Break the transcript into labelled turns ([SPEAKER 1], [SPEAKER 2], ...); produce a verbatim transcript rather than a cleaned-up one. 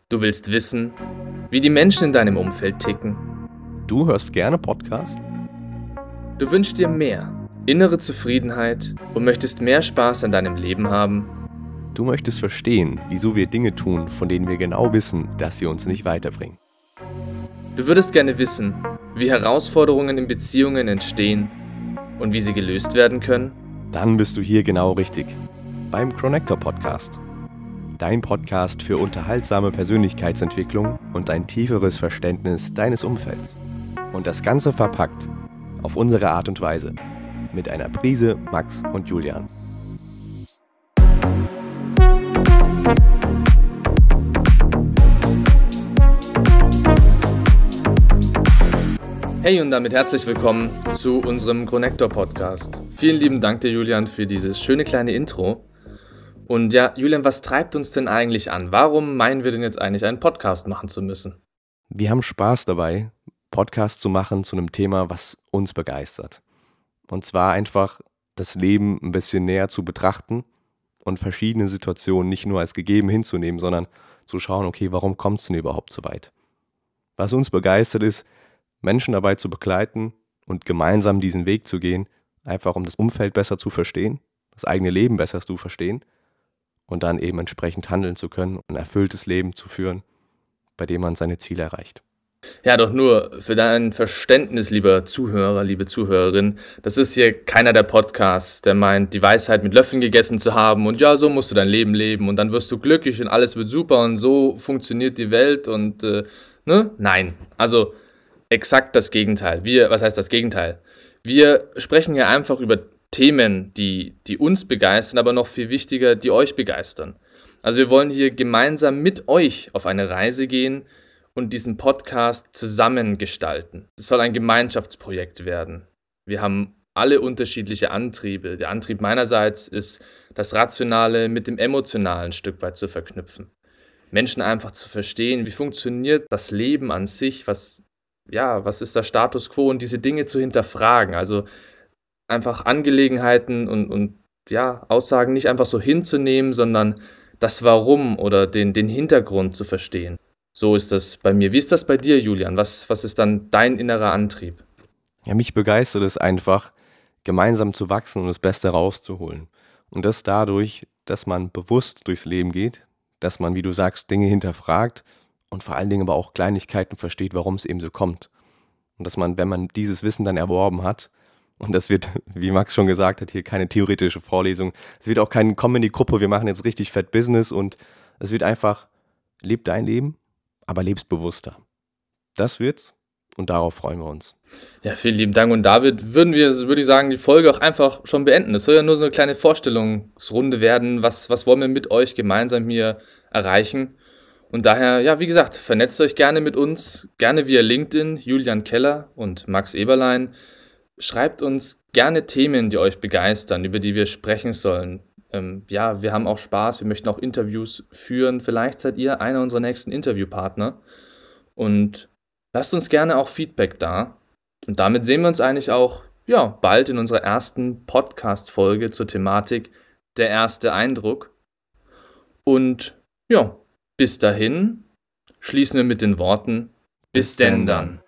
[SPEAKER 1] Du willst wissen, wie die Menschen in deinem Umfeld ticken.
[SPEAKER 2] Du hörst gerne Podcasts?
[SPEAKER 1] Du wünschst dir mehr, innere Zufriedenheit und möchtest mehr Spaß an deinem Leben haben.
[SPEAKER 2] Du möchtest verstehen, wieso wir Dinge tun, von denen wir genau wissen, dass sie uns nicht weiterbringen.
[SPEAKER 1] Du würdest gerne wissen, wie Herausforderungen in Beziehungen entstehen und wie sie gelöst werden können.
[SPEAKER 2] Dann bist du hier genau richtig, beim Connector Podcast. Dein Podcast für unterhaltsame Persönlichkeitsentwicklung und ein tieferes Verständnis deines Umfelds. Und das Ganze verpackt auf unsere Art und Weise mit einer Prise Max und Julian.
[SPEAKER 1] Hey und damit herzlich willkommen zu unserem Connector Podcast. Vielen lieben Dank dir, Julian, für dieses schöne kleine Intro. Und ja, Julian, was treibt uns denn eigentlich an? Warum meinen wir denn jetzt eigentlich, einen Podcast machen zu müssen?
[SPEAKER 2] Wir haben Spaß dabei, Podcasts zu machen zu einem Thema, was uns begeistert. Und zwar einfach das Leben ein bisschen näher zu betrachten und verschiedene Situationen nicht nur als gegeben hinzunehmen, sondern zu schauen, okay, warum kommt es denn überhaupt so weit? Was uns begeistert ist, Menschen dabei zu begleiten und gemeinsam diesen Weg zu gehen, einfach um das Umfeld besser zu verstehen, das eigene Leben besser zu verstehen und dann eben entsprechend handeln zu können, ein erfülltes Leben zu führen, bei dem man seine Ziele erreicht.
[SPEAKER 1] Ja, doch nur für dein Verständnis, lieber Zuhörer, liebe Zuhörerin, das ist hier keiner der Podcasts, der meint, die Weisheit mit Löffeln gegessen zu haben und ja, so musst du dein Leben leben und dann wirst du glücklich und alles wird super und so funktioniert die Welt und, äh, ne? Nein, also exakt das Gegenteil. Wir, was heißt das Gegenteil? Wir sprechen hier einfach über Themen, die, die uns begeistern, aber noch viel wichtiger, die euch begeistern. Also wir wollen hier gemeinsam mit euch auf eine Reise gehen und diesen Podcast zusammen gestalten. Es soll ein Gemeinschaftsprojekt werden. Wir haben alle unterschiedliche Antriebe. Der Antrieb meinerseits ist, das Rationale mit dem Emotionalen ein Stück weit zu verknüpfen. Menschen einfach zu verstehen, wie funktioniert das Leben an sich, was, ja, was ist der Status quo und diese Dinge zu hinterfragen. Also einfach Angelegenheiten und, und ja, Aussagen nicht einfach so hinzunehmen, sondern das Warum oder den, den Hintergrund zu verstehen. So ist das bei mir. Wie ist das bei dir, Julian? Was, was ist dann dein innerer Antrieb?
[SPEAKER 2] Ja, mich begeistert es einfach, gemeinsam zu wachsen und das Beste rauszuholen. Und das dadurch, dass man bewusst durchs Leben geht, dass man, wie du sagst, Dinge hinterfragt und vor allen Dingen aber auch Kleinigkeiten versteht, warum es eben so kommt. Und dass man, wenn man dieses Wissen dann erworben hat, und das wird, wie Max schon gesagt hat, hier keine theoretische Vorlesung, es wird auch keine Comedy-Gruppe, wir machen jetzt richtig fett Business und es wird einfach, leb dein Leben, aber lebst bewusster. Das wird's und darauf freuen wir uns.
[SPEAKER 1] Ja, vielen lieben Dank und David, würden wir, würde ich sagen, die Folge auch einfach schon beenden. Das soll ja nur so eine kleine Vorstellungsrunde werden, was, was wollen wir mit euch gemeinsam hier erreichen. Und daher, ja, wie gesagt, vernetzt euch gerne mit uns, gerne via LinkedIn, Julian Keller und Max Eberlein. Schreibt uns gerne Themen, die euch begeistern, über die wir sprechen sollen. Ähm, ja, wir haben auch Spaß, wir möchten auch Interviews führen. Vielleicht seid ihr einer unserer nächsten Interviewpartner. Und lasst uns gerne auch Feedback da. Und damit sehen wir uns eigentlich auch ja, bald in unserer ersten Podcast-Folge zur Thematik Der erste Eindruck. Und ja, bis dahin schließen wir mit den Worten: Bis denn dann.